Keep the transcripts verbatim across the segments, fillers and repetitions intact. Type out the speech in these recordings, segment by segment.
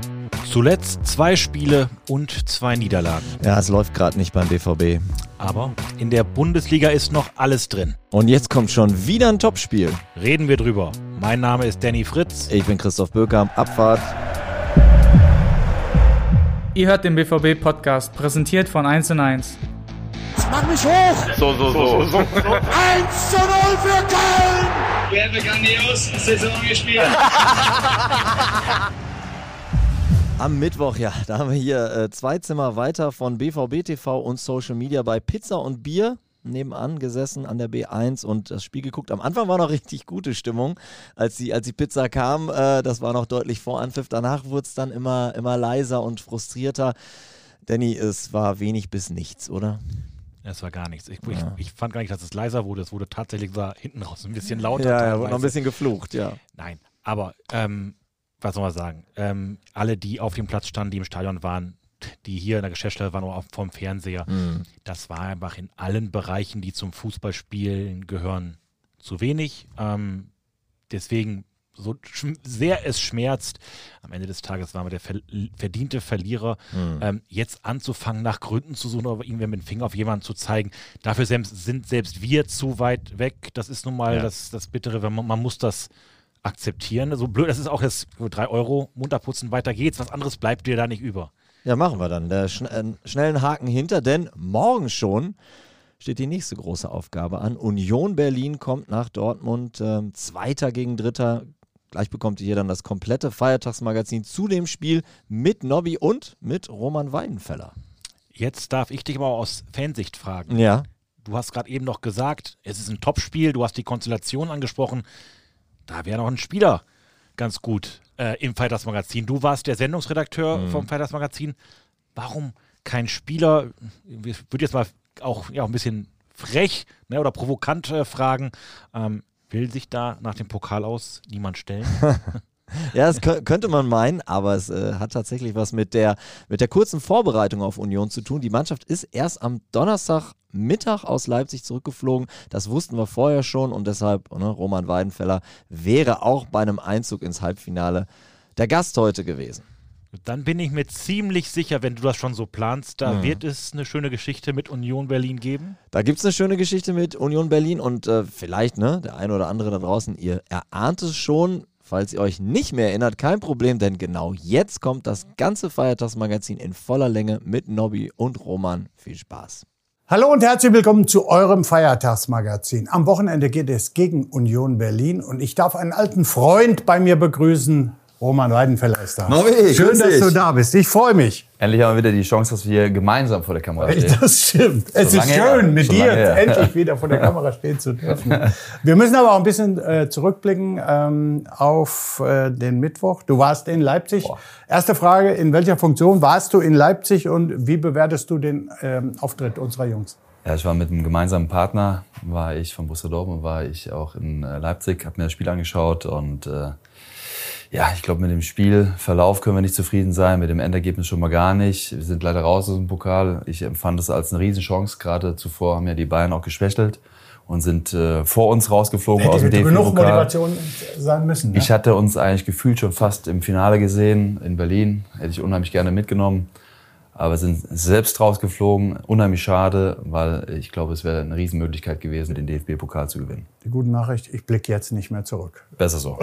Zuletzt zwei Spiele und zwei Niederlagen. Ja, es läuft gerade nicht beim B V B. Aber in der Bundesliga ist noch alles drin. Und jetzt kommt schon wieder ein Topspiel. Reden wir drüber. Mein Name ist Danny Fritz. Ich bin Christoph Böker. Abfahrt. Ihr hört den B V B-Podcast, präsentiert von eins und eins. Mach mich hoch! So, so, so. so, so. eins zu null für Köln! Wir haben grandios Saison gespielt. Am Mittwoch, ja, da haben wir hier äh, zwei Zimmer weiter von B V B T V und Social Media bei Pizza und Bier nebenan gesessen an der B eins und das Spiel geguckt. Am Anfang war noch richtig gute Stimmung, als die, als die Pizza kam. Äh, das war noch deutlich vor Anpfiff. Danach wurde es dann immer, immer leiser und frustrierter. Danny, es war wenig bis nichts, oder? Es war gar nichts. Ich, Ja. ich, ich fand gar nicht, dass es leiser wurde. Es wurde tatsächlich da hinten raus ein bisschen lauter. Ja, ja, teilweise. wurde noch ein bisschen geflucht, ja. Nein, aber ähm, was soll man sagen? Ähm, alle, die auf dem Platz standen, die im Stadion waren, die hier in der Geschäftsstelle waren oder auch vom Fernseher, Mhm. das war einfach in allen Bereichen, die zum Fußballspielen gehören, zu wenig. Ähm, deswegen, so schm- sehr es schmerzt, am Ende des Tages waren wir der ver- verdiente Verlierer. Mhm. Ähm, jetzt anzufangen, nach Gründen zu suchen oder irgendwie mit dem Finger auf jemanden zu zeigen, dafür selbst, sind selbst wir zu weit weg. Das ist nun mal Ja. das, das Bittere, wenn man, man muss das akzeptieren. So blöd, das ist auch jetzt drei Euro, munter putzen, weiter geht's. Was anderes bleibt dir da nicht über. Ja, machen wir dann. Der schn äh, schnellen Haken hinter, denn morgen schon steht die nächste große Aufgabe an. Union Berlin kommt nach Dortmund, ähm, Zweiter gegen Dritter. Gleich bekommt ihr hier dann das komplette Feiertagsmagazin zu dem Spiel mit Nobby und mit Roman Weidenfeller. Jetzt darf ich dich aber aus Fansicht fragen. Ja. Du hast gerade eben noch gesagt, es ist ein Topspiel, du hast die Konstellation angesprochen. Da wäre noch ein Spieler ganz gut äh, im Feiertagsmagazin. Du warst der Sendungsredakteur Mhm. vom Feiertagsmagazin. Warum kein Spieler, ich würde jetzt mal auch ja, ein bisschen frech, ne, oder provokant äh, fragen, ähm, will sich da nach dem Pokal aus niemand stellen? Ja, das kö- könnte man meinen, aber es äh, hat tatsächlich was mit der, mit der kurzen Vorbereitung auf Union zu tun. Die Mannschaft ist erst am Donnerstagmittag aus Leipzig zurückgeflogen. Das wussten wir vorher schon und deshalb, ne, Roman Weidenfeller wäre auch bei einem Einzug ins Halbfinale der Gast heute gewesen. Dann bin ich mir ziemlich sicher, wenn du das schon so planst, da Mhm. wird es eine schöne Geschichte mit Union Berlin geben. Da gibt es eine schöne Geschichte mit Union Berlin und äh, vielleicht, ne, der eine oder andere da draußen, ihr erahnt es schon, falls ihr euch nicht mehr erinnert, kein Problem, denn genau jetzt kommt das ganze Feiertagsmagazin in voller Länge mit Nobby und Roman. Viel Spaß. Hallo und herzlich willkommen zu eurem Feiertagsmagazin. Am Wochenende geht es gegen Union Berlin und ich darf einen alten Freund bei mir begrüßen. Roman Weidenfeller ist da. Nobby, Schön, grüß dass dich. du da bist. Ich freue mich. Endlich haben wir wieder die Chance, dass wir hier gemeinsam vor der Kamera stehen. Das stimmt. Es ist lange schön, her. mit Schon dir lange her. endlich wieder vor der Kamera stehen zu dürfen. Wir müssen aber auch ein bisschen äh, zurückblicken ähm, auf äh, den Mittwoch. Du warst in Leipzig. Boah. Erste Frage, in welcher Funktion warst du in Leipzig und wie bewertest du den ähm, Auftritt unserer Jungs? Ja, ich war mit einem gemeinsamen Partner, war ich von Borussia Dortmund, war ich auch in äh, Leipzig, habe mir das Spiel angeschaut und äh, ja, ich glaube, mit dem Spielverlauf können wir nicht zufrieden sein, mit dem Endergebnis schon mal gar nicht. Wir sind leider raus aus dem Pokal. Ich empfand es als eine Riesenchance. Gerade zuvor haben ja die Bayern auch geschwächelt und sind äh, vor uns rausgeflogen aus dem Hätte D F genug B-Pokal. Motivation sein müssen. Ne? Ich hatte uns eigentlich gefühlt schon fast im Finale gesehen in Berlin. Hätte ich unheimlich gerne mitgenommen. Aber sind selbst rausgeflogen. Unheimlich schade, weil ich glaube, es wäre eine Riesenmöglichkeit gewesen, den D F B-Pokal zu gewinnen. Die gute Nachricht, ich blicke jetzt nicht mehr zurück. Besser so.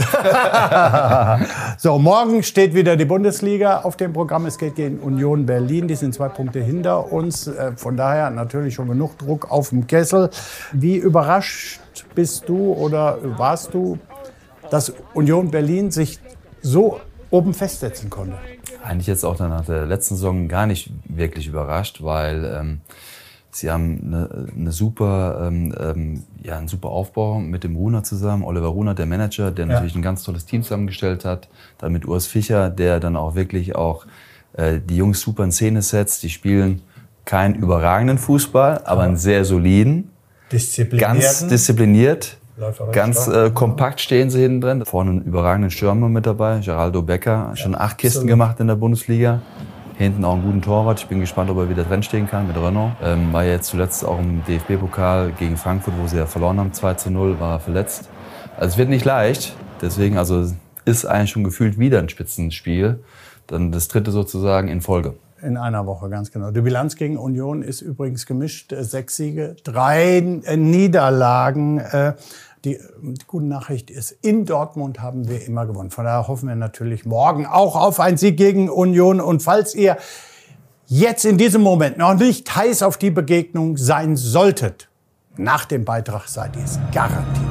So, morgen steht wieder die Bundesliga auf dem Programm. Es geht gegen Union Berlin. Die sind zwei Punkte hinter uns. Äh, Von daher natürlich schon genug Druck auf dem Kessel. Wie überrascht bist du oder warst du, dass Union Berlin sich so oben festsetzen konnte? Eigentlich jetzt auch dann nach der letzten Saison gar nicht wirklich überrascht, weil ähm, sie haben eine, eine super, ähm, ähm, ja, einen super Aufbau mit dem Runer zusammen. Oliver Runer, der Manager, der Ja. natürlich ein ganz tolles Team zusammengestellt hat. Dann mit Urs Fischer, der dann auch wirklich auch äh, die Jungs super in Szene setzt. Die spielen keinen überragenden Fußball, aber einen sehr soliden, Disziplinierten. ganz diszipliniert. Läuft auch Ganz stark. äh, kompakt stehen sie hinten drin. Vorne einen überragenden Stürmer mit dabei, Geraldo Becker. Schon acht Kisten gemacht in der Bundesliga. Hinten auch einen guten Torwart. Ich bin gespannt, ob er wieder drin stehen kann mit Renault. Ähm, war ja jetzt zuletzt auch im D F B-Pokal gegen Frankfurt, wo sie ja verloren haben, zwei zu null, war er verletzt. Also es wird nicht leicht. Deswegen, also ist eigentlich schon gefühlt wieder ein Spitzenspiel. dann das dritte sozusagen in Folge. In einer Woche, ganz genau. Die Bilanz gegen Union ist übrigens gemischt. Sechs Siege, drei äh, Niederlagen. Äh, die, die gute Nachricht ist, in Dortmund haben wir immer gewonnen. Von daher hoffen wir natürlich morgen auch auf einen Sieg gegen Union. Und falls ihr jetzt in diesem Moment noch nicht heiß auf die Begegnung sein solltet, nach dem Beitrag seid ihr es garantiert.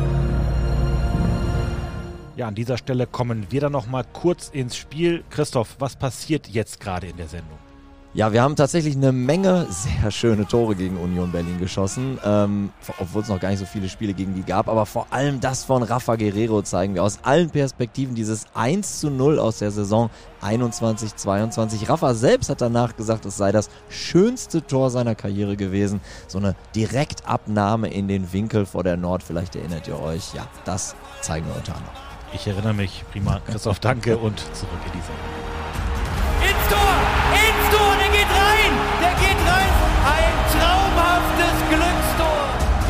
Ja, an dieser Stelle kommen wir dann noch mal kurz ins Spiel. Christoph, was passiert jetzt gerade in der Sendung? Ja, wir haben tatsächlich eine Menge sehr schöne Tore gegen Union Berlin geschossen, ähm, obwohl es noch gar nicht so viele Spiele gegen die gab. Aber vor allem das von Rafa Guerrero zeigen wir aus allen Perspektiven, dieses eins zu null aus der Saison einundzwanzig zweiundzwanzig. Rafa selbst hat danach gesagt, es sei das schönste Tor seiner Karriere gewesen. So eine Direktabnahme in den Winkel vor der Nord, vielleicht erinnert ihr euch. Ja, das zeigen wir unter anderem. Ich erinnere mich, prima. Christoph, danke und zurück in die Sendung. Ins Tor! Ins Tor! Der geht rein! Der geht rein! Ein traumhaftes Glückstor!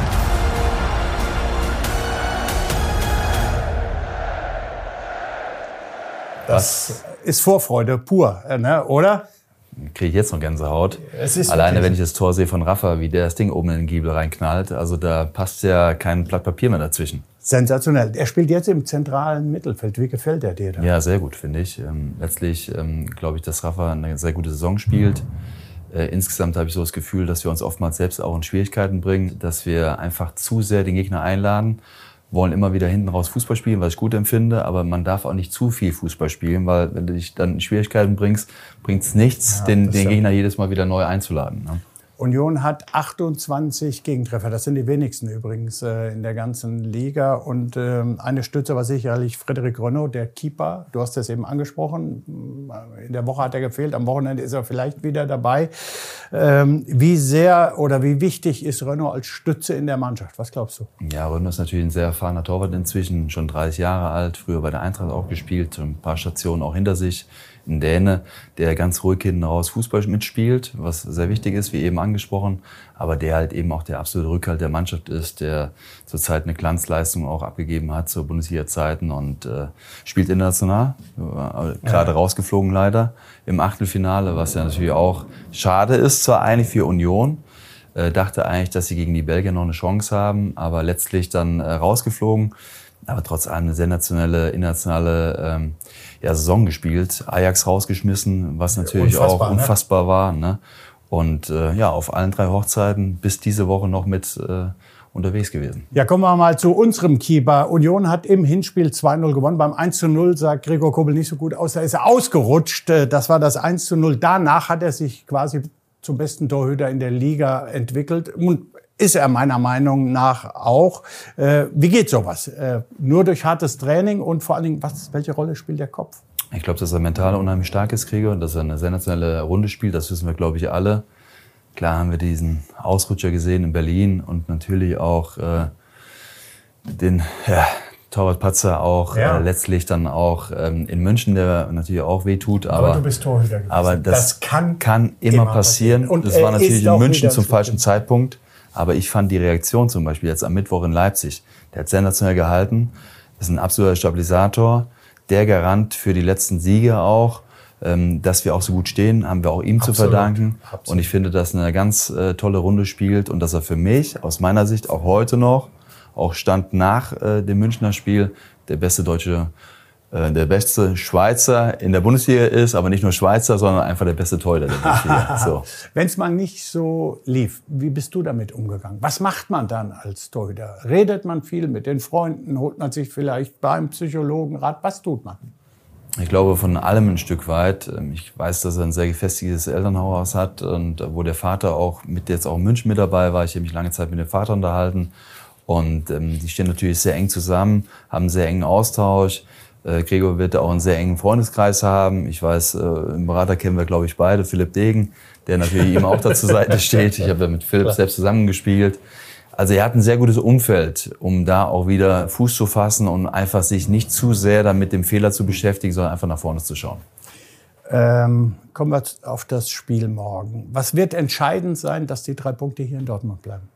Das ist Vorfreude pur, ne? Oder? Kriege ich jetzt noch Gänsehaut. Es ist Alleine, wirklich, wenn ich das Tor sehe von Rafa, wie der das Ding oben in den Giebel reinknallt, also da passt ja kein Blatt Papier mehr dazwischen. sensationell. Er spielt jetzt im zentralen Mittelfeld. Wie gefällt er dir da? Ja, sehr gut, finde ich. Ähm, letztlich ähm, glaube ich, dass Rafa eine sehr gute Saison spielt. Äh, insgesamt habe ich so das Gefühl, dass wir uns oftmals selbst auch in Schwierigkeiten bringen, dass wir einfach zu sehr den Gegner einladen, wollen immer wieder hinten raus Fußball spielen, was ich gut empfinde, aber man darf auch nicht zu viel Fußball spielen, weil wenn du dich dann in Schwierigkeiten bringst, bringt es nichts, ja, den, den Gegner jedes Mal wieder neu einzuladen. Ne? Union hat achtundzwanzig Gegentreffer. Das sind die wenigsten übrigens äh, in der ganzen Liga. Und ähm, eine Stütze war sicherlich Frédéric Renaud, der Keeper. Du hast das eben angesprochen. In der Woche hat er gefehlt. Am Wochenende ist er vielleicht wieder dabei. Ähm, wie sehr oder wie wichtig ist Renaud als Stütze in der Mannschaft? Was glaubst du? Ja, Renaud ist natürlich ein sehr erfahrener Torwart inzwischen. Schon dreißig Jahre alt. Früher bei der Eintracht auch gespielt. Ein paar Stationen auch hinter sich. Ein Däne, der ganz ruhig hinten raus Fußball mitspielt, was sehr wichtig ist, wie eben angesprochen, aber der halt eben auch der absolute Rückhalt der Mannschaft ist, der zurzeit eine Glanzleistung auch abgegeben hat zu Bundesliga-Zeiten und äh, spielt international, äh, gerade ja. rausgeflogen leider im Achtelfinale, was ja natürlich auch schade ist, zwar eigentlich für Union, äh, dachte eigentlich, dass sie gegen die Belgier noch eine Chance haben, aber letztlich dann äh, rausgeflogen. Aber trotz allem eine sensationelle, internationale ähm, ja, Saison gespielt. Ajax rausgeschmissen, was natürlich unfassbar, auch unfassbar ne? war. Ne? Und äh, ja, auf allen drei Hochzeiten bis diese Woche noch mit äh, unterwegs gewesen. Ja, kommen wir mal zu unserem Keeper. Union hat im Hinspiel zwei null gewonnen. Beim eins zu null sah Gregor Kobel nicht so gut aus. Da ist er ausgerutscht. Das war das eins zu null. Danach hat er sich quasi zum besten Torhüter in der Liga entwickelt. Und ist er meiner Meinung nach auch. Äh, wie geht sowas? Äh, nur durch hartes Training und vor allen Dingen, was, welche Rolle spielt der Kopf? Ich glaube, dass er mental unheimlich stark ist, Gregor, und dass er eine sensationelle Runde spielt, das wissen wir, glaube ich, alle. Klar haben wir diesen Ausrutscher gesehen in Berlin und natürlich auch äh, den ja, Torwartpatzer auch ja. äh, letztlich dann auch ähm, in München, der natürlich auch wehtut. Aber, aber du bist Torhüter gewesen. Aber das, das kann, kann immer passieren. passieren. Und das war natürlich in München zum falschen Zeitpunkt. Aber ich fand die Reaktion zum Beispiel jetzt am Mittwoch in Leipzig, der hat sensationell gehalten, ist ein absoluter Stabilisator, der Garant für die letzten Siege auch, ähm, dass wir auch so gut stehen, haben wir auch ihm Absolut. zu verdanken. Absolut. Und ich finde, dass er eine ganz äh, tolle Runde spielt und dass er für mich, aus meiner Sicht, auch heute noch, auch Stand nach äh, dem Münchner Spiel, der beste deutsche der beste Schweizer in der Bundesliga ist, aber nicht nur Schweizer, sondern einfach der beste Torhüter der Bundesliga. So. Wenn es mal nicht so lief, wie bist du damit umgegangen? Was macht man dann als Torhüter? Redet man viel mit den Freunden? Holt man sich vielleicht beim Psychologen Rat? Was tut man? Ich glaube, von allem ein Stück weit. Ich weiß, dass er ein sehr gefestigtes Elternhaus hat und wo der Vater auch mit jetzt auch in München mit dabei war. Ich habe mich lange Zeit mit dem Vater unterhalten und ähm, die stehen natürlich sehr eng zusammen, haben einen sehr engen Austausch. Äh, Gregor wird auch einen sehr engen Freundeskreis haben. Ich weiß, äh, im Berater kennen wir, glaube ich, beide. Philipp Degen, der natürlich ihm auch da zur Seite steht. Ich habe ja mit Philipp selbst zusammengespielt. Also er hat ein sehr gutes Umfeld, um da auch wieder Fuß zu fassen und einfach sich nicht zu sehr dann mit dem Fehler zu beschäftigen, sondern einfach nach vorne zu schauen. Ähm, kommen wir auf das Spiel morgen. Was wird entscheidend sein, dass die drei Punkte hier in Dortmund bleiben?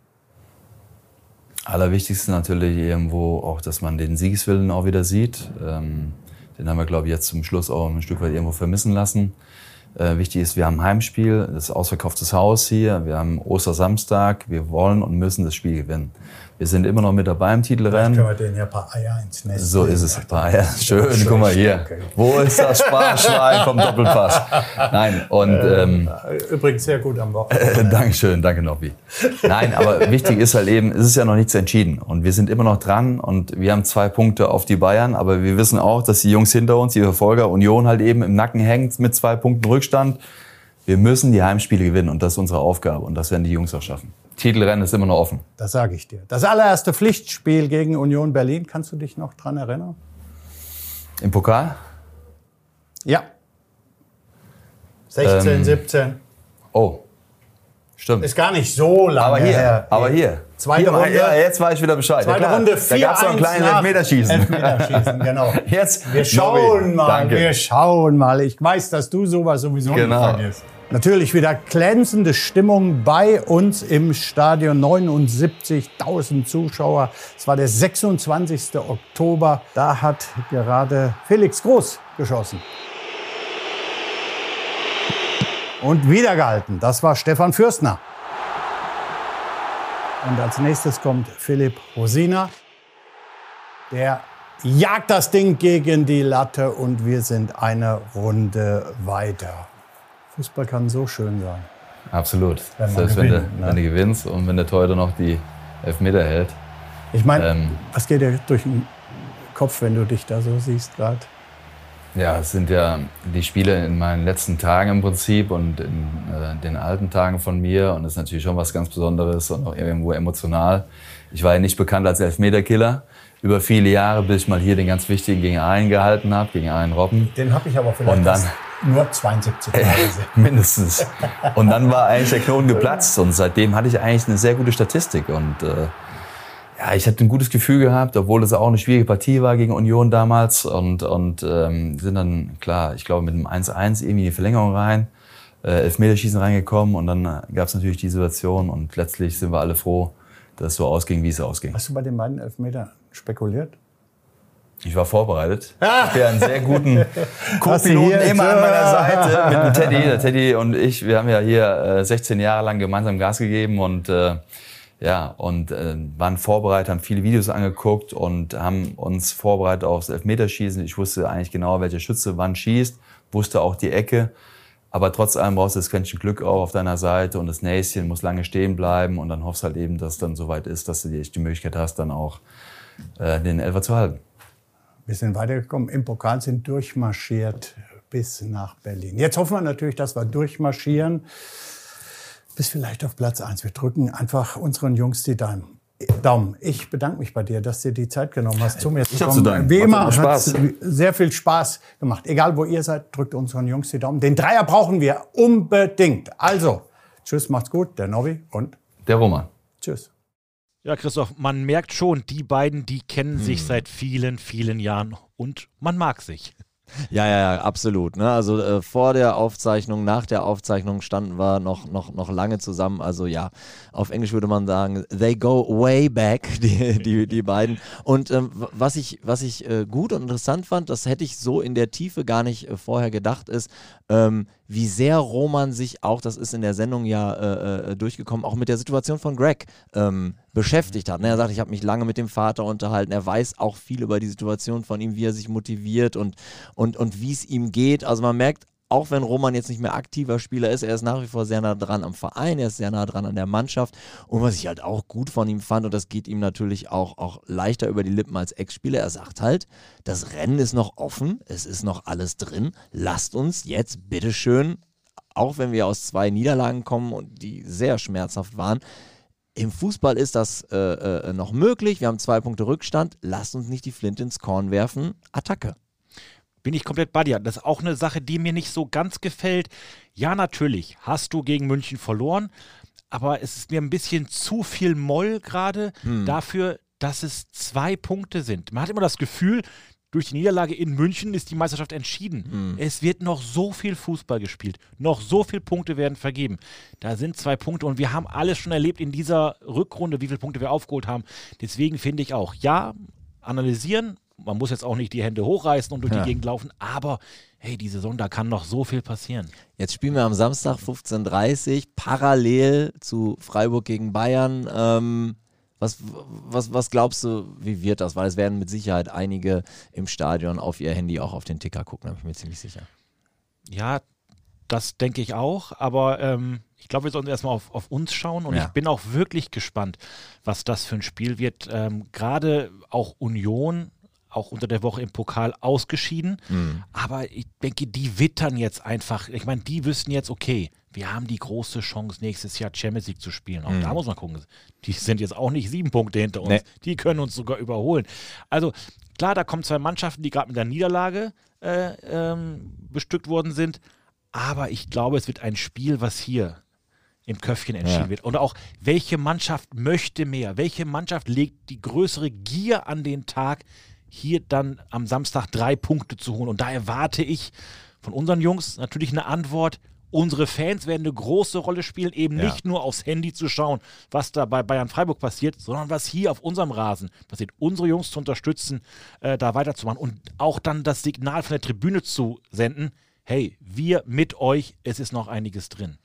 Allerwichtigste natürlich irgendwo auch, dass man den Siegeswillen auch wieder sieht. Ähm, Den haben wir, glaube ich, jetzt zum Schluss auch ein Stück weit irgendwo vermissen lassen. Äh, wichtig ist, wir haben ein Heimspiel, das ist ausverkauftes Haus hier, wir haben Ostersamstag, wir wollen und müssen das Spiel gewinnen. Wir sind immer noch mit dabei im Titelrennen. Vielleicht können wir denen ja ein paar Eier ins Nest. So ist es, ein paar Eier. Schön, schön, guck mal hier. Okay. Wo ist das Sparschwein vom Doppelpass? Nein, und... Ähm, Übrigens sehr gut am Wochenende. Äh, Dankeschön, danke Nobby. Nein, aber wichtig ist halt eben, es ist ja noch nichts entschieden. Und wir sind immer noch dran und wir haben zwei Punkte auf die Bayern, aber wir wissen auch, dass die Jungs hinter uns, die Verfolger, Union halt eben im Nacken hängt mit zwei Punkten Rückstand. Wir müssen die Heimspiele gewinnen und das ist unsere Aufgabe und das werden die Jungs auch schaffen. Titelrennen ist immer noch offen. Das sage ich dir. Das allererste Pflichtspiel gegen Union Berlin, kannst du dich noch dran erinnern? Im Pokal? Ja. sechzehn, Ähm, siebzehn. Oh, stimmt. Ist gar nicht so lange Aber hier, her. aber hier. Zweite hier, Runde. Ja, jetzt weiß ich wieder Bescheid. Zweite ja, klar. Runde, Da gab es noch ein kleines Elfmeterschießen. Elfmeterschießen, genau. Jetzt, Wir schauen Nobby, mal, danke. wir schauen mal. Ich weiß, dass du sowas sowieso Genau. nicht vergisst. Natürlich wieder glänzende Stimmung bei uns im Stadion. neunundsiebzigtausend Zuschauer. Es war der sechsundzwanzigste Oktober. Da hat gerade Felix Groß geschossen. Und wieder gehalten. Das war Stefan Fürstner. Und als nächstes kommt Philipp Rosina. Der jagt das Ding gegen die Latte und wir sind eine Runde weiter. Fußball kann so schön sein. Absolut. Wenn man Selbst wenn, gewinnt, du, ne? wenn du gewinnst und wenn der Torhüter noch die Elfmeter hält. Ich meine, Ähm, was geht dir durch den Kopf, wenn du dich da so siehst gerade? Ja, es sind ja die Spiele in meinen letzten Tagen im Prinzip und in äh, den alten Tagen von mir. Und das ist natürlich schon was ganz Besonderes und auch irgendwo emotional. Ich war ja nicht bekannt als Elfmeterkiller über viele Jahre, bis ich mal hier den ganz wichtigen gegen einen gehalten habe, gegen einen Robben. Den habe ich aber vielleicht Und dann- nur zweiundsiebzig Mal gesehen. Mindestens. Und dann war eigentlich der Knoten geplatzt und seitdem hatte ich eigentlich eine sehr gute Statistik und äh, ja, ich hatte ein gutes Gefühl gehabt, obwohl es auch eine schwierige Partie war gegen Union damals und und ähm, sind dann klar, ich glaube mit einem eins eins irgendwie in die Verlängerung rein, äh, Elfmeterschießen reingekommen und dann gab es natürlich die Situation und letztlich sind wir alle froh, dass es so ausging, wie es ausging. Hast du bei den beiden Elfmetern spekuliert? Ich war vorbereitet. Ich habe ja einen sehr guten Hast du Co-Piloten hier- immer an meiner Seite mit dem Teddy. Der Teddy und ich, wir haben ja hier äh, sechzehn Jahre lang gemeinsam Gas gegeben und äh, ja und äh, waren vorbereitet, haben viele Videos angeguckt und haben uns vorbereitet aufs Elfmeterschießen. Ich wusste eigentlich genau, welcher Schütze wann schießt, wusste auch die Ecke. Aber trotz allem brauchst du das Quäntchen Glück auch auf deiner Seite und das Näschen muss lange stehen bleiben und dann hoffst halt eben, dass es dann soweit ist, dass du die, die Möglichkeit hast, dann auch äh, den Elfer zu halten. Wir sind weitergekommen, im Pokal sind durchmarschiert bis nach Berlin. Jetzt hoffen wir natürlich, dass wir durchmarschieren bis vielleicht auf Platz eins. Wir drücken einfach unseren Jungs die Daumen. Daumen. Ich bedanke mich bei dir, dass du dir die Zeit genommen hast, zu mir zu Ich hab kommen. zu danken. Wie Macht immer mir hat Spaß. sehr viel Spaß gemacht. Egal, wo ihr seid, drückt unseren Jungs die Daumen. Den Dreier brauchen wir unbedingt. Also, tschüss, macht's gut, der Nobby und Der Roman. tschüss. Ja, Christoph, man merkt schon, die beiden, die kennen sich Hm. seit vielen, vielen Jahren und man mag sich. Ja, ja, ja, absolut. Ne? Also äh, vor der Aufzeichnung, nach der Aufzeichnung standen wir noch, noch, noch lange zusammen. Also ja, auf Englisch würde man sagen, they go way back, die, die, die beiden. Und ähm, was ich, was ich äh, gut und interessant fand, das hätte ich so in der Tiefe gar nicht äh, vorher gedacht, ist, ähm, wie sehr Roman sich auch, das ist in der Sendung ja äh, äh, durchgekommen, auch mit der Situation von Greg ähm, beschäftigt hat. Ne? Er sagt, ich habe mich lange mit dem Vater unterhalten. Er weiß auch viel über die Situation von ihm, wie er sich motiviert und, und, und wie es ihm geht. Also man merkt, auch wenn Roman jetzt nicht mehr aktiver Spieler ist, er ist nach wie vor sehr nah dran am Verein, er ist sehr nah dran an der Mannschaft. Und was ich halt auch gut von ihm fand, und das geht ihm natürlich auch, auch leichter über die Lippen als Ex-Spieler, er sagt halt, das Rennen ist noch offen, es ist noch alles drin. Lasst uns jetzt bitteschön, auch wenn wir aus zwei Niederlagen kommen und die sehr schmerzhaft waren, im Fußball ist das äh, äh, noch möglich, wir haben zwei Punkte Rückstand, lasst uns nicht die Flinte ins Korn werfen, Attacke. Bin ich komplett bei dir. Das ist auch eine Sache, die mir nicht so ganz gefällt. Ja, natürlich hast du gegen München verloren, aber es ist mir ein bisschen zu viel Moll gerade Hm. dafür, dass es zwei Punkte sind. Man hat immer das Gefühl, durch die Niederlage in München ist die Meisterschaft entschieden. Hm. Es wird noch so viel Fußball gespielt. Noch so viele Punkte werden vergeben. Da sind zwei Punkte und wir haben alles schon erlebt in dieser Rückrunde, wie viele Punkte wir aufgeholt haben. Deswegen finde ich auch, ja, analysieren man muss jetzt auch nicht die Hände hochreißen und durch Ja. die Gegend laufen, aber hey, die Saison, da kann noch so viel passieren. Jetzt spielen wir am Samstag fünfzehn Uhr dreißig parallel zu Freiburg gegen Bayern. Ähm, was, was, was glaubst du, wie wird das? Weil es werden mit Sicherheit einige im Stadion auf ihr Handy auch auf den Ticker gucken, da bin ich mir ziemlich sicher. Ja, das denke ich auch, aber ähm, ich glaube, wir sollten erstmal auf, auf uns schauen und Ja. ich bin auch wirklich gespannt, was das für ein Spiel wird. Ähm, gerade auch Union, auch unter der Woche im Pokal ausgeschieden, Mhm. aber ich denke, die wittern jetzt einfach, ich meine, die wüssten jetzt, okay, wir haben die große Chance, nächstes Jahr Champions League zu spielen. Auch Mhm. da muss man gucken, die sind jetzt auch nicht sieben Punkte hinter uns, Nee. die können uns sogar überholen. Also klar, da kommen zwei Mannschaften, die gerade mit der Niederlage äh, ähm, bestückt worden sind, aber ich glaube, es wird ein Spiel, was hier im Köpfchen entschieden Ja. wird. Und auch, welche Mannschaft möchte mehr? Welche Mannschaft legt die größere Gier an den Tag, hier dann am Samstag drei Punkte zu holen? Und da erwarte ich von unseren Jungs natürlich eine Antwort. Unsere Fans werden eine große Rolle spielen, eben Ja. nicht nur aufs Handy zu schauen, was da bei Bayern Freiburg passiert, sondern was hier auf unserem Rasen passiert. Unsere Jungs zu unterstützen, äh, da weiterzumachen und auch dann das Signal von der Tribüne zu senden, hey, wir mit euch, es ist noch einiges drin.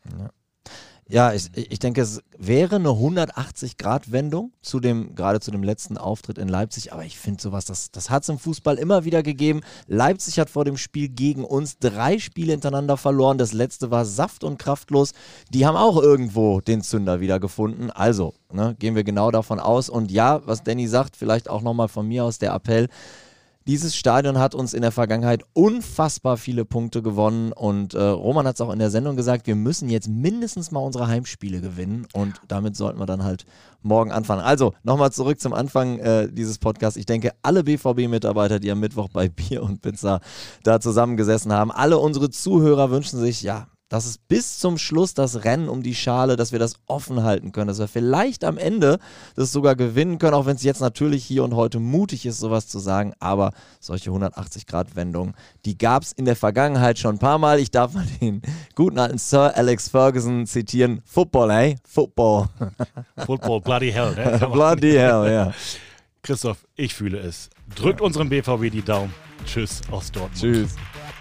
Ja, ich, ich denke, es wäre eine hundertachtzig-Grad-Wendung zu dem, gerade zu dem letzten Auftritt in Leipzig, aber ich finde sowas, das, das hat es im Fußball immer wieder gegeben. Leipzig hat vor dem Spiel gegen uns drei Spiele hintereinander verloren, das letzte war saft- und kraftlos. Die haben auch irgendwo den Zünder wieder gefunden, also ne, gehen wir genau davon aus und ja, was Danny sagt, vielleicht auch nochmal von mir aus der Appell, dieses Stadion hat uns in der Vergangenheit unfassbar viele Punkte gewonnen und äh, Roman hat es auch in der Sendung gesagt, wir müssen jetzt mindestens mal unsere Heimspiele gewinnen und damit sollten wir dann halt morgen anfangen. Also nochmal zurück zum Anfang äh, dieses Podcasts. Ich denke, alle B V B-Mitarbeiter, die am Mittwoch bei Bier und Pizza da zusammengesessen haben, alle unsere Zuhörer wünschen sich, ja, dass es bis zum Schluss das Rennen um die Schale, dass wir das offen halten können, dass wir vielleicht am Ende das sogar gewinnen können, auch wenn es jetzt natürlich hier und heute mutig ist, sowas zu sagen, aber solche hundertachtzig-Grad-Wendungen, die gab es in der Vergangenheit schon ein paar Mal. Ich darf mal den guten alten Sir Alex Ferguson zitieren, Football, hey? Football. Football, bloody hell. Ne? Bloody hell, ja. Christoph, ich fühle es. Drückt unserem B V B die Daumen. Tschüss aus Dortmund. Tschüss.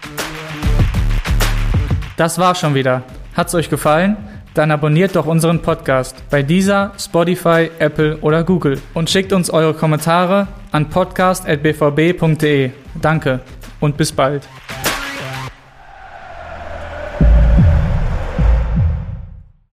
Das war's schon wieder. Hat's euch gefallen? Dann abonniert doch unseren Podcast bei Deezer, Spotify, Apple oder Google und schickt uns eure Kommentare an podcast at b v b punkt d e. Danke und bis bald.